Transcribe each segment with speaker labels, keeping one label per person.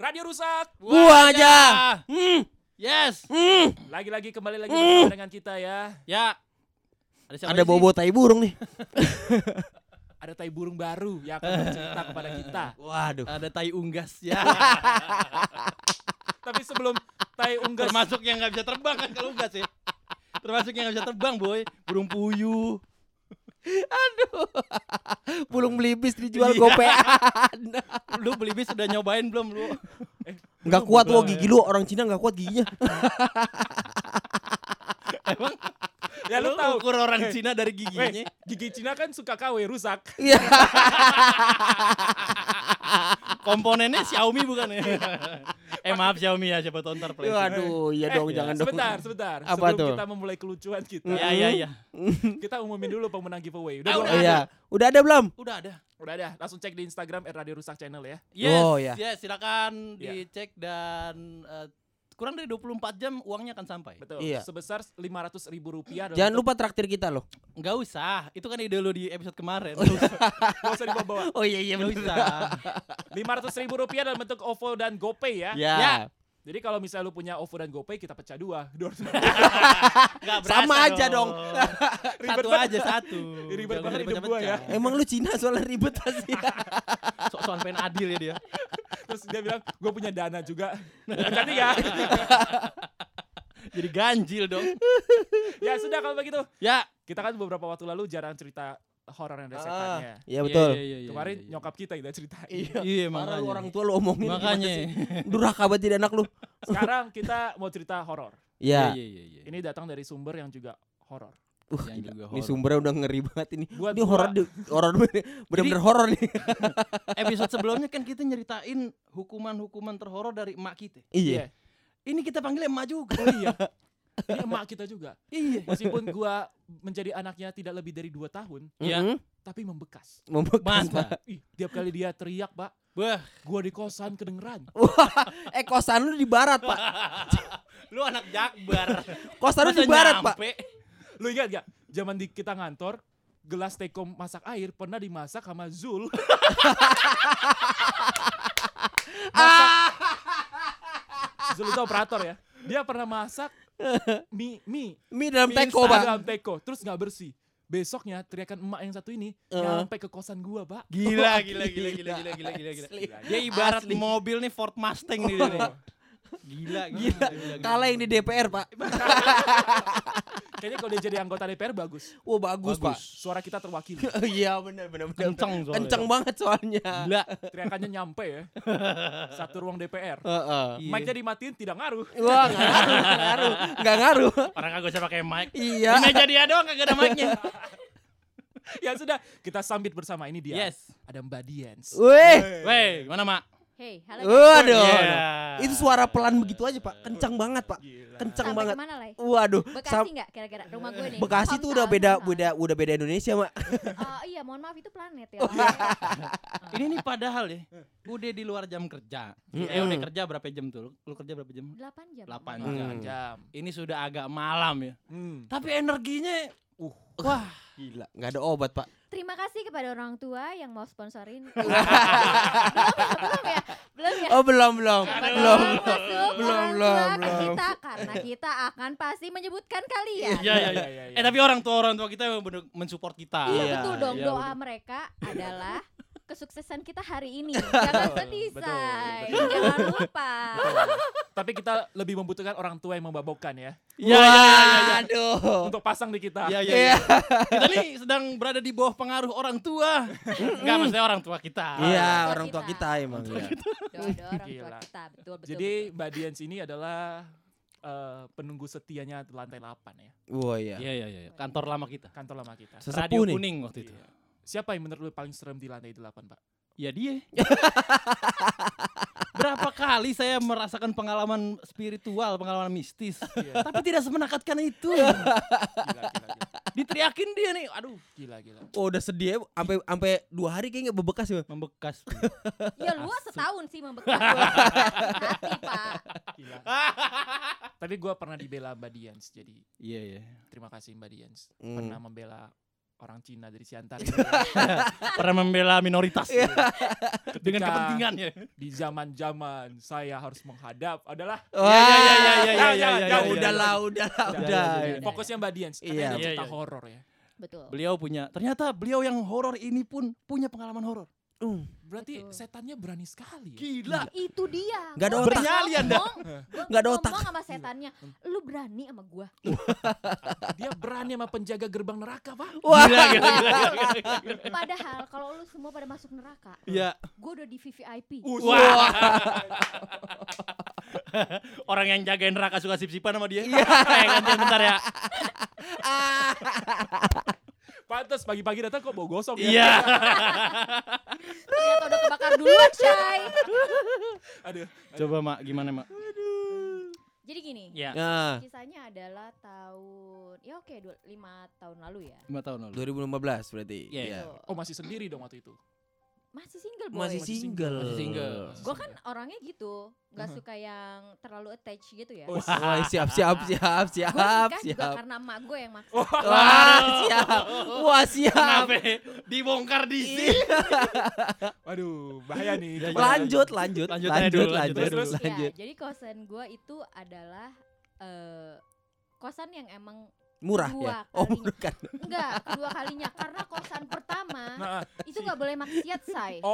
Speaker 1: Radio Rusak.
Speaker 2: Buang aja.
Speaker 3: Yes.
Speaker 1: Lagi-lagi kembali lagi bersama dengan kita ya.
Speaker 3: Ya.
Speaker 2: Ada bobo tai burung nih.
Speaker 1: Ada tai burung baru yang akan bercerita kepada kita.
Speaker 2: Waduh.
Speaker 3: Ada tai unggas ya.
Speaker 1: Tapi sebelum tai unggas,
Speaker 3: Termasuk yang nggak bisa terbang kan kalau unggas ya. Termasuk yang nggak bisa terbang boy. Burung puyuh.
Speaker 2: Bulung belibis dijual
Speaker 3: Iya.
Speaker 2: gopean.
Speaker 3: Lu beli bis udah nyobain belum lu?
Speaker 2: Enggak kuat lo gigi lu, orang Cina enggak kuat giginya.
Speaker 3: Emang
Speaker 1: ya lu tahu
Speaker 3: ukur orang Cina dari giginya.
Speaker 1: gigi Cina kan suka KW rusak.
Speaker 2: Iya.
Speaker 3: Komponennya Xiaomi bukan ya? Maaf Xiaomi ya, siapa tahu ntar play.
Speaker 2: Waduh, iya dong, jangan dong.
Speaker 1: Sebentar.
Speaker 2: Apa
Speaker 1: Sebelum
Speaker 2: tuh?
Speaker 1: kita memulai kelucuan kita,
Speaker 3: Iya.
Speaker 1: kita umumin dulu pemenang giveaway.
Speaker 3: Ah,
Speaker 1: Udah,
Speaker 3: udah.
Speaker 2: Iya. Udah ada belum?
Speaker 3: Udah ada.
Speaker 1: Udah ada. Langsung cek di Instagram @Radio Rusak Channel ya.
Speaker 3: Yes,
Speaker 2: Oh, ya.
Speaker 3: yes, silakan
Speaker 1: Iya.
Speaker 3: dicek dan kurang dari 24 jam uangnya akan sampai.
Speaker 1: Betul.
Speaker 2: Iya.
Speaker 1: Sebesar Rp500.000.
Speaker 2: Jangan lupa traktir kita loh.
Speaker 3: Enggak usah, itu kan ide lu di episode kemarin.
Speaker 1: Gak usah dibawa-bawa.
Speaker 2: Oh iya
Speaker 3: Enggak usah.
Speaker 1: Rp500.000 dalam bentuk OVO dan GoPay ya.
Speaker 2: Ya.
Speaker 3: Ya.
Speaker 1: Jadi kalau misalnya lu punya OVO dan GoPay, kita pecah dua.
Speaker 3: Enggak berasa
Speaker 2: Sama aja dong.
Speaker 3: Satu
Speaker 1: banget.
Speaker 3: aja satu.
Speaker 1: Ribet
Speaker 3: Jangan
Speaker 1: banget hidup
Speaker 3: dipecah-pecah.
Speaker 1: gua ya.
Speaker 2: Emang lu Cina soalnya ribet pasti.
Speaker 3: Sok-sokan pengen adil ya dia.
Speaker 1: Terus dia bilang, gue punya dana juga. Pecah tiga.
Speaker 3: Jadi ganjil dong.
Speaker 1: Ya sudah kalau begitu.
Speaker 3: Ya.
Speaker 1: Kita kan beberapa waktu lalu jarang cerita horor yang ada setannya.
Speaker 2: Iya betul.
Speaker 3: Iya.
Speaker 1: Kemarin nyokap kita ceritain.
Speaker 3: Iya,
Speaker 2: Parah lu
Speaker 3: makanya.
Speaker 2: orang tua lu omongin.
Speaker 3: Makanya.
Speaker 2: Durhaka banget jadi anak lu.
Speaker 1: Sekarang kita mau cerita horor.
Speaker 2: Iya.
Speaker 3: Iya.
Speaker 1: Ini datang dari sumber yang juga horor.
Speaker 3: Yang juga
Speaker 2: Ini
Speaker 3: horor.
Speaker 2: sumbernya udah ngeri banget ini.
Speaker 1: Buat
Speaker 2: Ini horor bener-bener horor nih.
Speaker 3: Episode sebelumnya kan kita nyeritain hukuman-hukuman terhoror dari emak kita.
Speaker 2: Iya.
Speaker 3: Ini kita panggil emak juga.
Speaker 1: Oh iya. Ini emak kita juga.
Speaker 3: Iya.
Speaker 1: Meskipun gua menjadi anaknya tidak lebih dari 2 tahun,
Speaker 3: Iya.
Speaker 2: Mm-mm.
Speaker 1: tapi membekas.
Speaker 2: Membekas.
Speaker 3: Mantap.
Speaker 1: Ih, tiap kali dia teriak, Pak,
Speaker 3: Wah,
Speaker 1: gua di kosan kedengeran.
Speaker 2: Kosan lu di barat, Pak.
Speaker 3: lu anak Jakbar.
Speaker 2: Kosan lu di
Speaker 3: Masa
Speaker 2: barat, Pak.
Speaker 3: nyampe?
Speaker 1: Lu ingat gak? Zaman di kita ngantor, gelas teko masak air pernah dimasak sama Zul. Zul itu operator ya. Dia pernah masak mie
Speaker 2: Mie dalam
Speaker 1: mie
Speaker 2: teko,
Speaker 1: instan
Speaker 2: Pak.
Speaker 1: dalam teko, terus nggak bersih. Besoknya teriakan emak yang satu ini nyampe ke kosan gua, Pak.
Speaker 3: Gila.
Speaker 2: Asli.
Speaker 3: Dia ibarat
Speaker 2: Asli.
Speaker 3: mobil nih Ford Mustang nih dia nih. Gila.
Speaker 2: Kalah yang di DPR, Pak.
Speaker 1: Kayaknya kalau dia jadi anggota DPR bagus.
Speaker 2: Wah, bagus, Pak.
Speaker 1: Suara kita terwakili.
Speaker 2: Iya, benar.
Speaker 3: Kenceng soalnya.
Speaker 2: Kenceng banget soalnya.
Speaker 3: Gila.
Speaker 1: Teriakannya nyampe ya. Satu ruang DPR.
Speaker 2: Heeh.
Speaker 3: Iya.
Speaker 1: Mic-nya dimatiin tidak ngaruh.
Speaker 2: Wah, enggak ngaruh.
Speaker 3: Orang kagak usah pakai mic.
Speaker 2: Iya.
Speaker 3: Di meja dia doang kagak ada mic-nya.
Speaker 1: Ya sudah, kita sambit bersama ini dia.
Speaker 3: Yes.
Speaker 1: Ada Mbak Dians.
Speaker 2: Weh.
Speaker 3: Weh, mana Mak?
Speaker 4: Hey, halo.
Speaker 2: Waduh.
Speaker 3: Yeah.
Speaker 2: Itu suara pelan begitu aja, Pak. Kencang banget, Pak.
Speaker 1: Gila.
Speaker 2: Kencang
Speaker 4: Sampai
Speaker 2: banget.
Speaker 4: kemana, Lai?
Speaker 2: Waduh.
Speaker 4: Bekasi nggak kira-kira rumah gue nih?
Speaker 2: Bekasi tuh udah beda Indonesia, Mak.
Speaker 4: Iya, mohon maaf itu planet ya.
Speaker 3: Ini nih padahal ya, udah di luar jam kerja. Udah kerja berapa jam tuh? Lu kerja berapa jam?
Speaker 4: 8 jam.
Speaker 3: 8
Speaker 1: Jangan
Speaker 3: jam.
Speaker 1: jam.
Speaker 3: Ini sudah agak malam ya. Tapi energinya wah,
Speaker 2: Gila, enggak ada obat, Pak.
Speaker 4: Terima kasih kepada orang tua yang mau sponsorin. belum ya.
Speaker 2: Oh, belum.
Speaker 4: Masuk
Speaker 2: Belum,
Speaker 4: orang tua ke
Speaker 2: belum.
Speaker 4: kita karena kita akan pasti menyebutkan kalian.
Speaker 3: iya. Tapi orang tua kita bener mensupport kita.
Speaker 4: Iya,
Speaker 2: Iya,
Speaker 4: betul dong.
Speaker 3: iya,
Speaker 4: Doa
Speaker 3: udah.
Speaker 4: mereka adalah kesuksesan kita hari ini. Jangan sedih,
Speaker 1: Betul,
Speaker 4: say.
Speaker 1: betul.
Speaker 4: Jangan lupa.
Speaker 1: Tapi kita lebih membutuhkan orang tua yang membabokkan ya.
Speaker 3: Iya.
Speaker 2: Aduh.
Speaker 1: Untuk pasang di kita.
Speaker 3: Iya. Kita nih sedang berada di bawah pengaruh orang tua. Enggak, maksudnya orang tua kita.
Speaker 2: Iya,
Speaker 4: Orang
Speaker 2: orang tua
Speaker 4: tua
Speaker 2: kita emang. Iya.
Speaker 4: Doa orang tua
Speaker 1: Gila.
Speaker 4: kita. Betul.
Speaker 1: Jadi Mbak Dians ini adalah penunggu setianya di lantai 8 ya.
Speaker 2: Wah, iya.
Speaker 3: Iya. Kantor lama kita.
Speaker 1: Kantor lama kita.
Speaker 2: Sesepuh
Speaker 3: Radio
Speaker 2: nih.
Speaker 3: Kuning waktu itu.
Speaker 1: Iya. Siapa yang menurut lu paling serem di lantai 8, Pak?
Speaker 3: Ya dia. Berapa kali saya merasakan pengalaman spiritual, pengalaman mistis.
Speaker 1: Iya.
Speaker 3: Tapi tidak semenakutkan itu.
Speaker 1: Gila.
Speaker 3: Diteriakin dia nih, aduh,
Speaker 1: Gila.
Speaker 2: Oh, udah sedih ya, sampai 2 hari kayaknya bebekas ya.
Speaker 3: membekas.
Speaker 4: Ya lu setahun sih membekas. Hati, Pak.
Speaker 1: Gila. Tapi gue pernah dibela Mbak Dians. Jadi
Speaker 3: Iya.
Speaker 1: terima kasih Mbak Dians.
Speaker 2: Hmm.
Speaker 1: Pernah membela orang Cina dari Siantar.
Speaker 3: Pernah membela minoritas
Speaker 2: Iya.
Speaker 3: dengan
Speaker 1: Ketika
Speaker 3: kepentingannya.
Speaker 1: di zaman-zaman saya harus menghadap adalah
Speaker 3: Iya.
Speaker 2: Udahlah.
Speaker 1: fokusnya Mbak Dian.
Speaker 2: Iya.
Speaker 1: Katanya dia cerita
Speaker 3: Iya.
Speaker 1: horor ya.
Speaker 4: Betul.
Speaker 3: Ternyata beliau yang horor ini pun punya pengalaman horor.
Speaker 1: Berarti
Speaker 4: Betul.
Speaker 1: setannya berani sekali ya.
Speaker 3: Gila.
Speaker 4: Itu dia.
Speaker 2: Nggak ada
Speaker 4: Gua
Speaker 2: otak.
Speaker 3: Bernyali Anda.
Speaker 2: Nggak ada otak.
Speaker 4: ngomong sama setannya, lu berani sama gua.
Speaker 1: Dia berani sama penjaga gerbang neraka, Pak.
Speaker 2: Wah.
Speaker 3: Gila.
Speaker 4: Padahal kalau lu semua pada masuk neraka,
Speaker 3: Iya.
Speaker 4: gua udah di VVIP.
Speaker 3: Wah. Orang yang jagain neraka suka sip-sipan sama dia. Gantian bentar ya.
Speaker 1: Pantes pagi-pagi datang kok bau gosong ya.
Speaker 3: Iya.
Speaker 4: Ternyata udah kebakar duluan, Chay.
Speaker 1: Aduh.
Speaker 3: Coba Mak, gimana Mak?
Speaker 4: Jadi gini,
Speaker 3: Ya.
Speaker 2: Nah,
Speaker 4: kisahnya adalah tahun, ya oke, 5 tahun lalu ya.
Speaker 3: 5 tahun lalu.
Speaker 2: 2015 berarti.
Speaker 3: Iya.
Speaker 2: Iya.
Speaker 4: Tuh.
Speaker 1: Oh, masih sendiri dong waktu itu.
Speaker 4: Masih single boy.
Speaker 2: Masih single.
Speaker 3: Masih single.
Speaker 4: Gue kan orangnya gitu, nggak suka yang terlalu attach gitu ya.
Speaker 1: Oh,
Speaker 2: Wah, siap.
Speaker 4: Gue nikah juga karena emak gue yang maksa.
Speaker 2: Wah, siap. Wah, siap.
Speaker 3: Kenapa dibongkar di sini?
Speaker 1: Waduh, bahaya nih.
Speaker 3: Ya,
Speaker 1: Kemana?
Speaker 2: Lanjut.
Speaker 3: Lanjut aja dulu, lanjut.
Speaker 1: Terus.
Speaker 2: Lanjut.
Speaker 4: Ya, jadi kosan gue itu adalah kosan yang emang
Speaker 2: Murah
Speaker 4: Dua
Speaker 2: ya? Oh,
Speaker 4: kalinya.
Speaker 2: bukan.
Speaker 4: enggak kedua kalinya karena kosan pertama
Speaker 1: Nah,
Speaker 4: itu nggak boleh maksiat, say.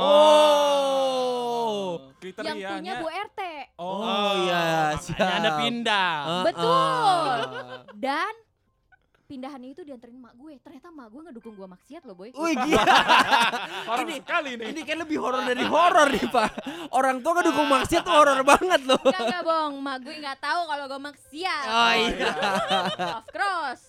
Speaker 2: Oh.
Speaker 4: Yang
Speaker 1: kriterianya.
Speaker 4: punya Bu RT.
Speaker 2: Oh, iya,
Speaker 3: Makanya
Speaker 2: siap.
Speaker 3: Anda pindah.
Speaker 4: Betul. Dan pindahannya itu dianterin mak gue. Ternyata mak gue ngedukung gue maksiat loh, boy.
Speaker 2: Wih, gila.
Speaker 1: Horor
Speaker 2: Ini-
Speaker 1: sekali nih.
Speaker 2: Ini kayak lebih horor dari horor nih, Pak. Orang tua ngedukung maksiat tuh horor banget loh.
Speaker 4: Enggak, Bong. Mak gue nggak tahu kalau gue maksiat.
Speaker 2: Oh, iya.
Speaker 4: Of course.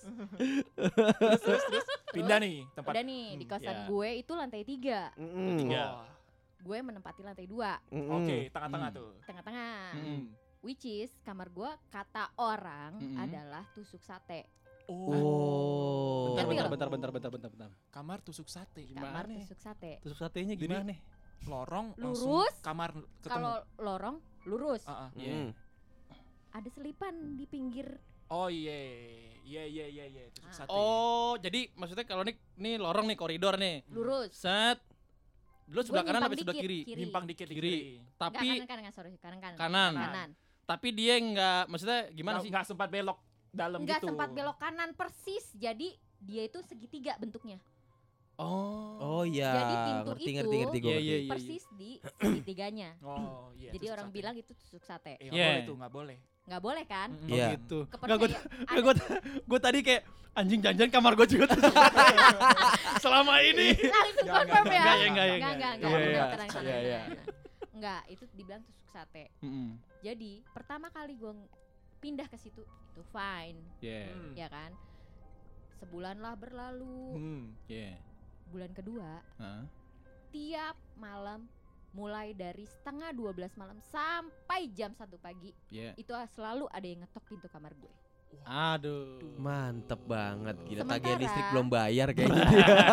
Speaker 1: Terus pindah nih tempat.
Speaker 4: Udah nih, di kosan
Speaker 3: Ya.
Speaker 4: gue itu lantai 3.
Speaker 3: Tiga.
Speaker 1: Oh,
Speaker 4: Gue menempati lantai 2,
Speaker 1: Oke, tengah-tengah tuh.
Speaker 4: tengah-tengah.
Speaker 1: Hmm.
Speaker 4: Which is kamar gue kata orang
Speaker 3: Mm-mm.
Speaker 4: adalah tusuk sate.
Speaker 2: Oh.
Speaker 4: Ngerti nggak lo?
Speaker 3: Bentar.
Speaker 1: Kamar tusuk sate.
Speaker 4: Kamar
Speaker 3: Gimana?
Speaker 4: tusuk sate.
Speaker 3: Tusuk satenya
Speaker 1: Jadi-
Speaker 3: gimana nih?
Speaker 1: Lorong
Speaker 4: Lurus,
Speaker 1: langsung kamar ketemu.
Speaker 4: Kalau lorong lurus,
Speaker 1: Ah, ah.
Speaker 4: ada selipan di pinggir.
Speaker 1: Oh iya. Iya, tusuk
Speaker 4: Ah.
Speaker 1: sate.
Speaker 3: Oh, jadi maksudnya kalau nih lorong nih koridor nih.
Speaker 4: Lurus.
Speaker 3: Set. Dulu sebelah
Speaker 4: Gua
Speaker 3: kanan
Speaker 4: nyimpang
Speaker 3: tapi sebelah
Speaker 4: dikit,
Speaker 3: kiri.
Speaker 4: kiri.
Speaker 1: Nyimpang dikit di
Speaker 3: Kiri.
Speaker 1: kiri.
Speaker 3: Tapi
Speaker 4: Kanan, sorry, kanan.
Speaker 3: Kanan. tapi dia enggak maksudnya gimana sih?
Speaker 1: Nggak sempat belok dalam
Speaker 4: Enggak
Speaker 1: gitu.
Speaker 4: sempat belok kanan persis. Jadi dia itu segitiga bentuknya.
Speaker 3: Oh.
Speaker 2: Oh iya.
Speaker 4: Jadi pintu
Speaker 2: ngerti gue.
Speaker 3: Iya, iya, iya.
Speaker 4: Persis di segitiganya.
Speaker 1: Oh iya.
Speaker 4: Jadi
Speaker 1: tusuk
Speaker 4: orang
Speaker 1: sate.
Speaker 4: bilang itu tusuk sate.
Speaker 1: Nggak
Speaker 3: Iya.
Speaker 1: boleh tuh, nggak boleh.
Speaker 4: Nggak boleh kan?
Speaker 1: Mm-mm.
Speaker 3: Oh
Speaker 2: Iya.
Speaker 3: gitu.
Speaker 4: Kepercayaan.
Speaker 3: Gue tadi kayak anjing janjian kamar gue juga tusuk sate. Selama ini.
Speaker 4: Langsung
Speaker 1: Nggak,
Speaker 4: confirm ya.
Speaker 3: nggak,
Speaker 4: Enggak,
Speaker 3: iya.
Speaker 4: enggak.
Speaker 3: Iya, iya.
Speaker 4: Tenang.
Speaker 3: Iya, iya.
Speaker 4: Enggak, itu dibilang tusuk sate.
Speaker 3: Mm-mm.
Speaker 4: Jadi pertama kali gue pindah ke situ itu fine,
Speaker 3: Yeah.
Speaker 1: Hmm.
Speaker 4: ya kan? Sebulan lah berlalu.
Speaker 1: Hmm.
Speaker 3: Yeah.
Speaker 4: Bulan kedua,
Speaker 3: Hah?
Speaker 4: tiap malam mulai dari setengah 12 malam sampai jam 1 pagi
Speaker 3: Yeah.
Speaker 4: itu selalu ada yang ngetok pintu kamar gue.
Speaker 3: Aduh.
Speaker 2: Mantep banget. Gila,
Speaker 4: Sementara-
Speaker 2: tagihan listrik belum bayar kayaknya.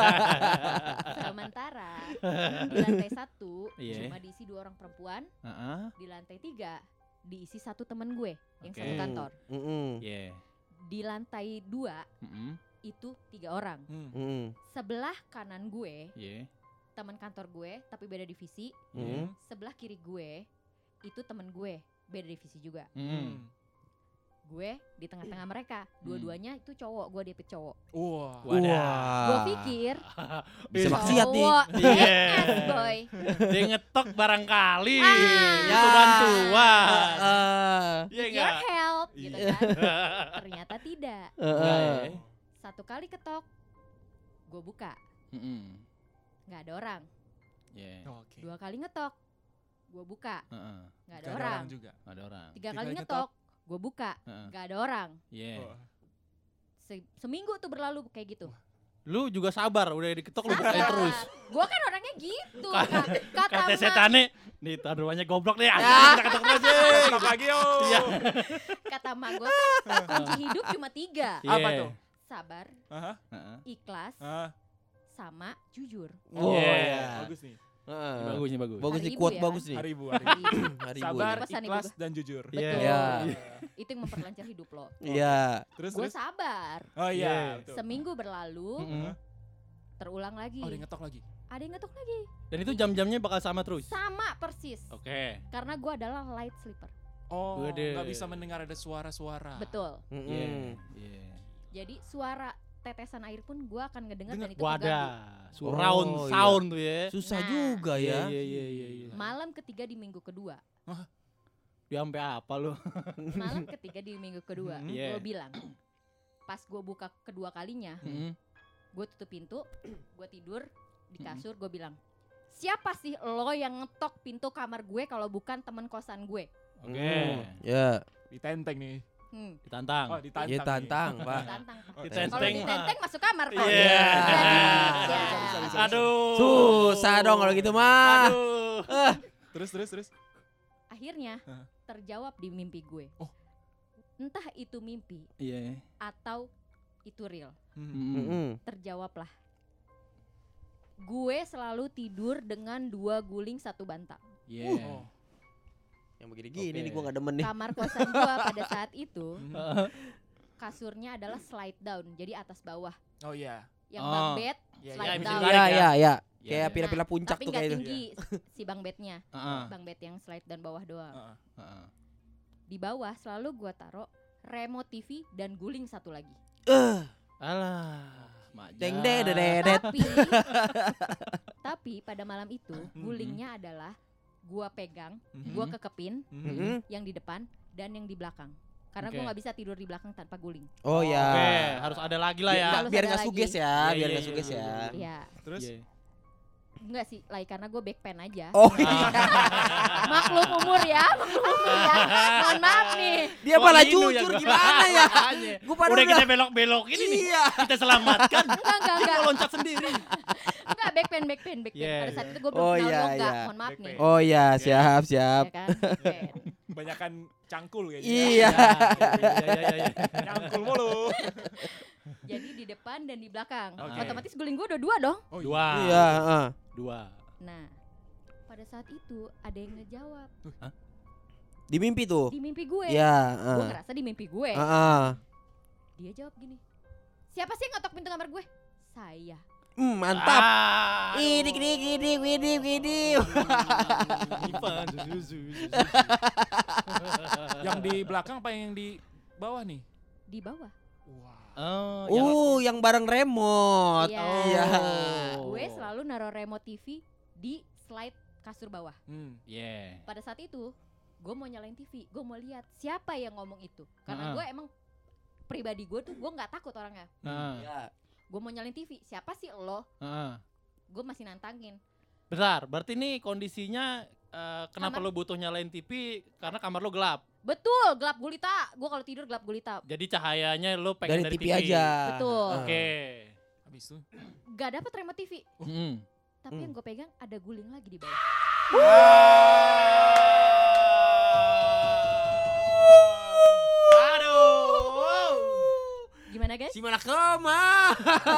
Speaker 4: Sementara di lantai 1
Speaker 3: Iya.
Speaker 4: cuma diisi 2 orang perempuan,
Speaker 3: Heeh.
Speaker 4: di lantai 3 diisi 1 temen gue yang
Speaker 3: Oke.
Speaker 4: satu kantor.
Speaker 3: Yeah.
Speaker 4: Di lantai 2
Speaker 3: Mm-mm.
Speaker 4: itu 3 orang.
Speaker 1: Hmm.
Speaker 4: Sebelah kanan gue
Speaker 3: Yeah.
Speaker 4: teman kantor gue tapi beda divisi.
Speaker 1: Hmm.
Speaker 4: Sebelah kiri gue itu temen gue beda divisi juga.
Speaker 3: Mm.
Speaker 4: Gue di tengah-tengah mereka. Dua-duanya itu cowok, gue dapet cowok.
Speaker 1: Wah.
Speaker 4: Gue pikir
Speaker 2: Bisa
Speaker 3: Iya.
Speaker 2: maksiat nih.
Speaker 4: cowok
Speaker 3: Iya.
Speaker 4: NS, boy.
Speaker 3: Dia ngetok barangkali.
Speaker 4: Ah.
Speaker 3: Itu bantuan. Iya
Speaker 4: Your
Speaker 3: enggak?
Speaker 4: help gitu
Speaker 1: Iya.
Speaker 4: kan. Ternyata tidak.
Speaker 3: Enggak ya?
Speaker 4: Satu kali ketok, gue buka,
Speaker 3: Mm-mm.
Speaker 4: nggak ada orang.
Speaker 3: Yeah.
Speaker 1: Oke.
Speaker 4: 2 kali ngetok, gue buka,
Speaker 3: Heeh.
Speaker 4: nggak ada
Speaker 1: Nggak
Speaker 4: orang.
Speaker 1: juga.
Speaker 3: Ada orang.
Speaker 4: 3
Speaker 1: Tiga
Speaker 4: kali
Speaker 1: kali
Speaker 4: ngetok, gue buka,
Speaker 3: Heeh.
Speaker 4: nggak ada orang.
Speaker 3: Yeah.
Speaker 1: Wah.
Speaker 4: Seminggu tuh berlalu kayak gitu.
Speaker 3: Lu juga sabar, udah diketok lu bukain terus.
Speaker 4: Gue kan orangnya gitu. Kata
Speaker 3: Kata
Speaker 4: emak,
Speaker 3: setannya, nih tahan rumahnya goblok nih, anjing kita ketok terus sih.
Speaker 1: Ketok lagi yo.
Speaker 3: Iya.
Speaker 4: kata emak gue kan kunci hidup cuma 3.
Speaker 1: Apa
Speaker 3: Iya.
Speaker 1: tuh?
Speaker 4: Sabar,
Speaker 1: Aha.
Speaker 3: Heeh.
Speaker 4: ikhlas,
Speaker 1: Ah.
Speaker 4: sama jujur.
Speaker 2: Oh
Speaker 3: Iya.
Speaker 2: iya.
Speaker 1: Bagus nih.
Speaker 3: Bagus nih, bagus.
Speaker 2: Bagus nih,
Speaker 4: Hari
Speaker 2: quote
Speaker 4: Ibu ya.
Speaker 2: bagus nih.
Speaker 1: Hari ibu.
Speaker 4: Hari
Speaker 2: Hari
Speaker 1: Sabar,
Speaker 2: Ibu.
Speaker 4: Pesan ibu
Speaker 1: ikhlas dan jujur.
Speaker 3: Iya.
Speaker 4: Betul.
Speaker 2: Iya.
Speaker 4: Itu yang memperlancar hidup lo.
Speaker 2: Iya.
Speaker 1: Terus
Speaker 4: Gue
Speaker 1: terus.
Speaker 4: sabar.
Speaker 1: Oh iya,
Speaker 3: Yeah.
Speaker 1: betul.
Speaker 4: Seminggu berlalu,
Speaker 3: Mm-mm.
Speaker 4: terulang lagi.
Speaker 1: Oh, dia ngetok lagi.
Speaker 4: Ada yang ngetok lagi.
Speaker 3: Dan itu jam-jamnya bakal sama terus.
Speaker 4: Sama persis.
Speaker 3: Oke.
Speaker 4: Karena gue adalah light sleeper.
Speaker 1: Oh,
Speaker 3: Wede.
Speaker 1: nggak bisa mendengar ada suara-suara.
Speaker 4: Betul.
Speaker 2: Mm-mm.
Speaker 3: Iya.
Speaker 4: Jadi suara tetesan air pun gue akan ngedengar
Speaker 1: Dengar.
Speaker 4: dan itu keganggu.
Speaker 3: Wadah. Surround
Speaker 2: Oh, iya.
Speaker 3: sound tuh ya.
Speaker 2: Susah
Speaker 4: Nah.
Speaker 2: juga ya.
Speaker 3: Iya iya iya iya.
Speaker 4: Malam ketiga di minggu kedua.
Speaker 3: Dia sampai apa lu?
Speaker 4: Malam ketiga di minggu kedua.
Speaker 1: Mhm.
Speaker 3: Iya.
Speaker 4: Gue bilang. Pas gue buka kedua kalinya.
Speaker 3: Mm-mm.
Speaker 4: Gue tutup pintu. Gue tidur di kasur. Gue bilang. Siapa sih lo yang ngetok pintu kamar gue kalau bukan teman kosan gue?
Speaker 3: Oke.
Speaker 2: Ya.
Speaker 1: Ditenteng nih.
Speaker 3: Ditantang.
Speaker 1: Oh, ditantang.
Speaker 2: Ya tantang,
Speaker 1: nih.
Speaker 2: Pak.
Speaker 4: Tantang.
Speaker 1: Oh,
Speaker 3: Ditenteng.
Speaker 4: Kalau ditenteng masuk kamar Pak.
Speaker 3: Iya.
Speaker 4: Jadi,
Speaker 1: Bisa.
Speaker 3: Aduh.
Speaker 2: Susah dong kalau gitu mah.
Speaker 3: Aduh.
Speaker 1: Terus.
Speaker 4: akhirnya
Speaker 1: Hah.
Speaker 4: terjawab di mimpi gue.
Speaker 1: Oh.
Speaker 4: Entah itu mimpi
Speaker 3: Iya.
Speaker 4: atau itu real.
Speaker 2: Mm-mm.
Speaker 4: Terjawablah. Gue selalu tidur dengan 2 guling 1 bantal.
Speaker 3: Iya.
Speaker 1: Oh.
Speaker 2: Yang begini-gini
Speaker 3: Oke.
Speaker 2: nih gua gak demen nih.
Speaker 4: Kamar kosan gue pada saat itu
Speaker 1: Mhm.
Speaker 4: kasurnya adalah slide down, jadi atas bawah.
Speaker 1: Oh iya.
Speaker 4: Yang
Speaker 3: Oh.
Speaker 4: bang bed
Speaker 1: Iya,
Speaker 4: slide
Speaker 3: bisa
Speaker 4: down.
Speaker 3: ditarik
Speaker 2: Iya,
Speaker 3: ya.
Speaker 2: iya, iya.
Speaker 3: Iya,
Speaker 2: Kayak
Speaker 3: iya.
Speaker 2: pila-pila puncak
Speaker 4: Tapi
Speaker 2: tuh
Speaker 4: nggak
Speaker 2: kayak itu.
Speaker 4: tinggi si bang bednya.
Speaker 3: Heeh.
Speaker 4: Bang bed yang slide dan bawah doang.
Speaker 1: Heeh.
Speaker 3: Heeh.
Speaker 4: Di bawah selalu gue taruh remote TV dan guling 1 lagi.
Speaker 3: Alah. Mak
Speaker 2: Deng
Speaker 3: Jan.
Speaker 2: dedet.
Speaker 4: Tapi pada malam itu gulingnya adalah gua pegang,
Speaker 1: Mhm.
Speaker 4: gua kekepin
Speaker 2: Mm-mm.
Speaker 4: yang di depan dan yang di belakang. Karena
Speaker 3: Oke.
Speaker 4: gua nggak bisa tidur di belakang tanpa guling.
Speaker 2: Oh
Speaker 3: Oke,
Speaker 2: ya.
Speaker 3: harus ada lagi lah ya.
Speaker 4: Harus
Speaker 2: Biar
Speaker 4: ada
Speaker 2: nggak
Speaker 4: lagi.
Speaker 2: suges ya,
Speaker 3: Iya,
Speaker 2: biar
Speaker 3: iya,
Speaker 2: nggak
Speaker 3: iya,
Speaker 2: suges
Speaker 3: iya,
Speaker 2: ya.
Speaker 4: Iya,
Speaker 1: Terus
Speaker 3: Iya.
Speaker 4: enggak sih, karena gua backpan aja.
Speaker 2: Oh,
Speaker 4: Maklum umur ya, maklum umur ya. Mohon maaf nih.
Speaker 2: dia
Speaker 3: Kok
Speaker 2: malah
Speaker 3: gitu ya
Speaker 2: jujur
Speaker 3: gua?
Speaker 2: gimana ya?
Speaker 3: Makanya.
Speaker 2: Gua padahal
Speaker 3: Udah kita
Speaker 2: udah-
Speaker 3: belok-belok ini nih.
Speaker 2: Iya.
Speaker 3: Kita selamatkan.
Speaker 4: Enggak.
Speaker 3: Dia mau loncat sendiri.
Speaker 4: Enggak backpan.
Speaker 3: Iya,
Speaker 4: Pada saat
Speaker 3: iya.
Speaker 4: itu gua belum
Speaker 2: Oh,
Speaker 4: kenal
Speaker 2: iya,
Speaker 4: yoga.
Speaker 2: iya.
Speaker 4: Mohon maaf nih.
Speaker 1: Backpan.
Speaker 2: Oh ya, siap, siap.
Speaker 4: Ya kan? Backpan.
Speaker 1: banyakan cangkul kayaknya.
Speaker 2: Iya.
Speaker 3: Iya.
Speaker 1: Cangkul mulu.
Speaker 4: Jadi di depan dan di belakang.
Speaker 1: Oke.
Speaker 4: Otomatis guling gua udah 2 dong.
Speaker 1: Oh
Speaker 3: Dua.
Speaker 2: Iya, heeh.
Speaker 3: Dua.
Speaker 4: Nah, pada saat itu ada yang ngejawab
Speaker 2: Di mimpi tuh.
Speaker 4: di mimpi gue.
Speaker 2: Iya,
Speaker 4: Gue
Speaker 2: heeh.
Speaker 4: ngerasa di mimpi gue.
Speaker 2: Heeh.
Speaker 4: Dia jawab gini. Siapa sih yang ngetok pintu kamar gue? Saya.
Speaker 2: Mantap.
Speaker 3: Aduh.
Speaker 2: Idik dik widih.
Speaker 3: Ivan.
Speaker 1: Yang di belakang apa yang di bawah nih?
Speaker 4: Di bawah.
Speaker 1: Wah.
Speaker 3: Oh,
Speaker 2: Yang bareng remote.
Speaker 4: Iya.
Speaker 2: Iya.
Speaker 4: Gue selalu naruh remote TV di slide kasur bawah.
Speaker 3: Yeah.
Speaker 4: Pada saat itu, gue mau nyalain TV. Gue mau lihat siapa yang ngomong itu. Karena
Speaker 3: Heeh.
Speaker 4: gue emang pribadi gue tuh gue nggak takut orangnya.
Speaker 2: Iya.
Speaker 4: Gue mau nyalain TV. Siapa sih lo? Gue masih nantangin.
Speaker 3: Bentar, berarti nih kondisinya kenapa
Speaker 4: Kamar-
Speaker 3: lo butuh nyalain TV? Karena kamar lo gelap.
Speaker 4: Betul, gelap gulita. Gue kalau tidur gelap gulita.
Speaker 3: Jadi cahayanya lo pengen
Speaker 2: Dari
Speaker 3: dari,
Speaker 2: TV aja.
Speaker 4: Betul.
Speaker 3: Oke.
Speaker 1: Habis itu.
Speaker 4: Gak dapet remote TV. Tapi
Speaker 2: Hmm.
Speaker 4: yang gue pegang ada guling lagi di bawah.
Speaker 3: Aduh.
Speaker 4: Gimana guys?
Speaker 2: Si mana kemah?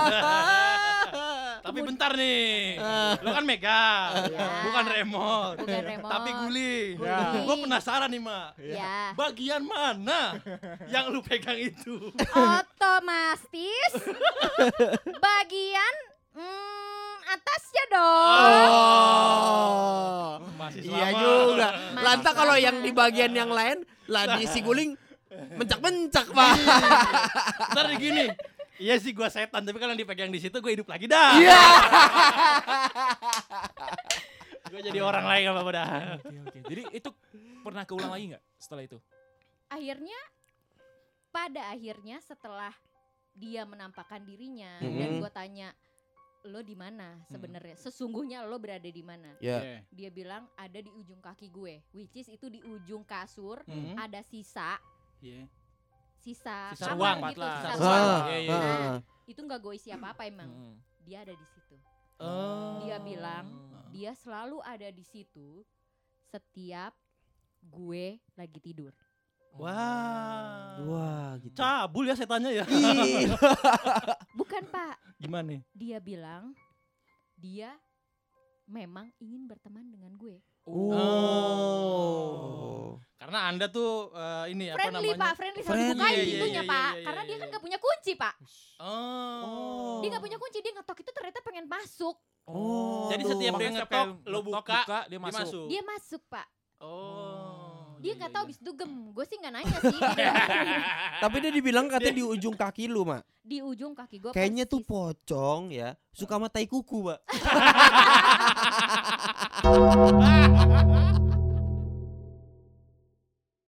Speaker 3: Tapi bentar nih. Lo kan megang.
Speaker 4: Iya.
Speaker 3: Bukan remote.
Speaker 4: Bukan remote.
Speaker 3: Tapi guling.
Speaker 4: Guling.
Speaker 3: Gue penasaran nih, Mak.
Speaker 4: Ya.
Speaker 3: Bagian mana yang lu pegang itu?
Speaker 4: Otomatis bagian atasnya dong.
Speaker 2: Oh.
Speaker 3: Masih
Speaker 2: Iya
Speaker 3: selamat.
Speaker 2: juga.
Speaker 4: Masih
Speaker 2: Lantas kalau
Speaker 4: selamat.
Speaker 2: yang di bagian yang lain lah di si guling mencak-mencak, Pak.
Speaker 3: Ntar gini. Iya sih gua setan, tapi kalau yang dipegang di situ gue hidup lagi dah.
Speaker 2: Iya.
Speaker 3: Gue jadi orang lain gak apa-apa dah.
Speaker 1: Oke. Jadi itu pernah keulang lagi nggak setelah itu?
Speaker 4: Akhirnya pada akhirnya setelah dia menampakkan dirinya
Speaker 2: Mhm.
Speaker 4: dan gue tanya lo di mana sebenarnya? Sesungguhnya lo berada di mana?
Speaker 2: Ya.
Speaker 4: Dia bilang ada di ujung kaki gue, which is itu di ujung kasur
Speaker 3: Mhm.
Speaker 4: ada sisa
Speaker 3: Iya.
Speaker 4: sisa
Speaker 3: Sisa
Speaker 4: kamar
Speaker 3: ruang,
Speaker 4: gitu,
Speaker 1: lah.
Speaker 4: sisa
Speaker 1: Ah,
Speaker 4: ruang.
Speaker 3: Iya, iya.
Speaker 4: Nah, itu nggak gue isi apa-apa emang.
Speaker 1: Hmm.
Speaker 4: Dia ada di situ.
Speaker 3: Oh.
Speaker 4: Dia bilang dia selalu ada di situ setiap gue lagi tidur.
Speaker 3: Wah.
Speaker 2: Wah, gitu.
Speaker 3: Cabul ya setannya ya.
Speaker 2: Ih.
Speaker 4: Bukan Pak,
Speaker 3: Gimana nih?
Speaker 4: dia bilang dia memang ingin berteman dengan gue.
Speaker 2: Oh.
Speaker 3: Karena Karena Anda tuh ini apa
Speaker 4: Friendly
Speaker 3: namanya?
Speaker 4: Pak, friendly sama
Speaker 2: Friendly.
Speaker 4: dibukain
Speaker 3: Iya, iya,
Speaker 4: pintunya
Speaker 3: iya,
Speaker 4: Pak.
Speaker 3: iya,
Speaker 4: Karena
Speaker 3: iya,
Speaker 4: dia kan
Speaker 3: iya.
Speaker 4: gak punya kunci Pak.
Speaker 3: Oh.
Speaker 4: Dia gak punya kunci, dia ngetok itu ternyata pengen masuk.
Speaker 2: Oh,
Speaker 3: Jadi
Speaker 2: aduh.
Speaker 3: setiap dia
Speaker 1: Makanya
Speaker 3: ngetok,
Speaker 1: setiap
Speaker 3: lo
Speaker 1: ngetok,
Speaker 3: buka,
Speaker 1: dia masuk.
Speaker 4: Dia masuk Pak.
Speaker 3: Oh.
Speaker 4: Dia
Speaker 3: iya,
Speaker 4: gak
Speaker 3: iya,
Speaker 4: tahu
Speaker 3: iya.
Speaker 4: abis itu gem. Gue sih gak nanya sih.
Speaker 2: Tapi dia dibilang katanya di ujung kaki lu, Mak.
Speaker 4: Di ujung kaki gue
Speaker 2: Kayaknya tuh pocong ya, suka sama tai kuku, Pak.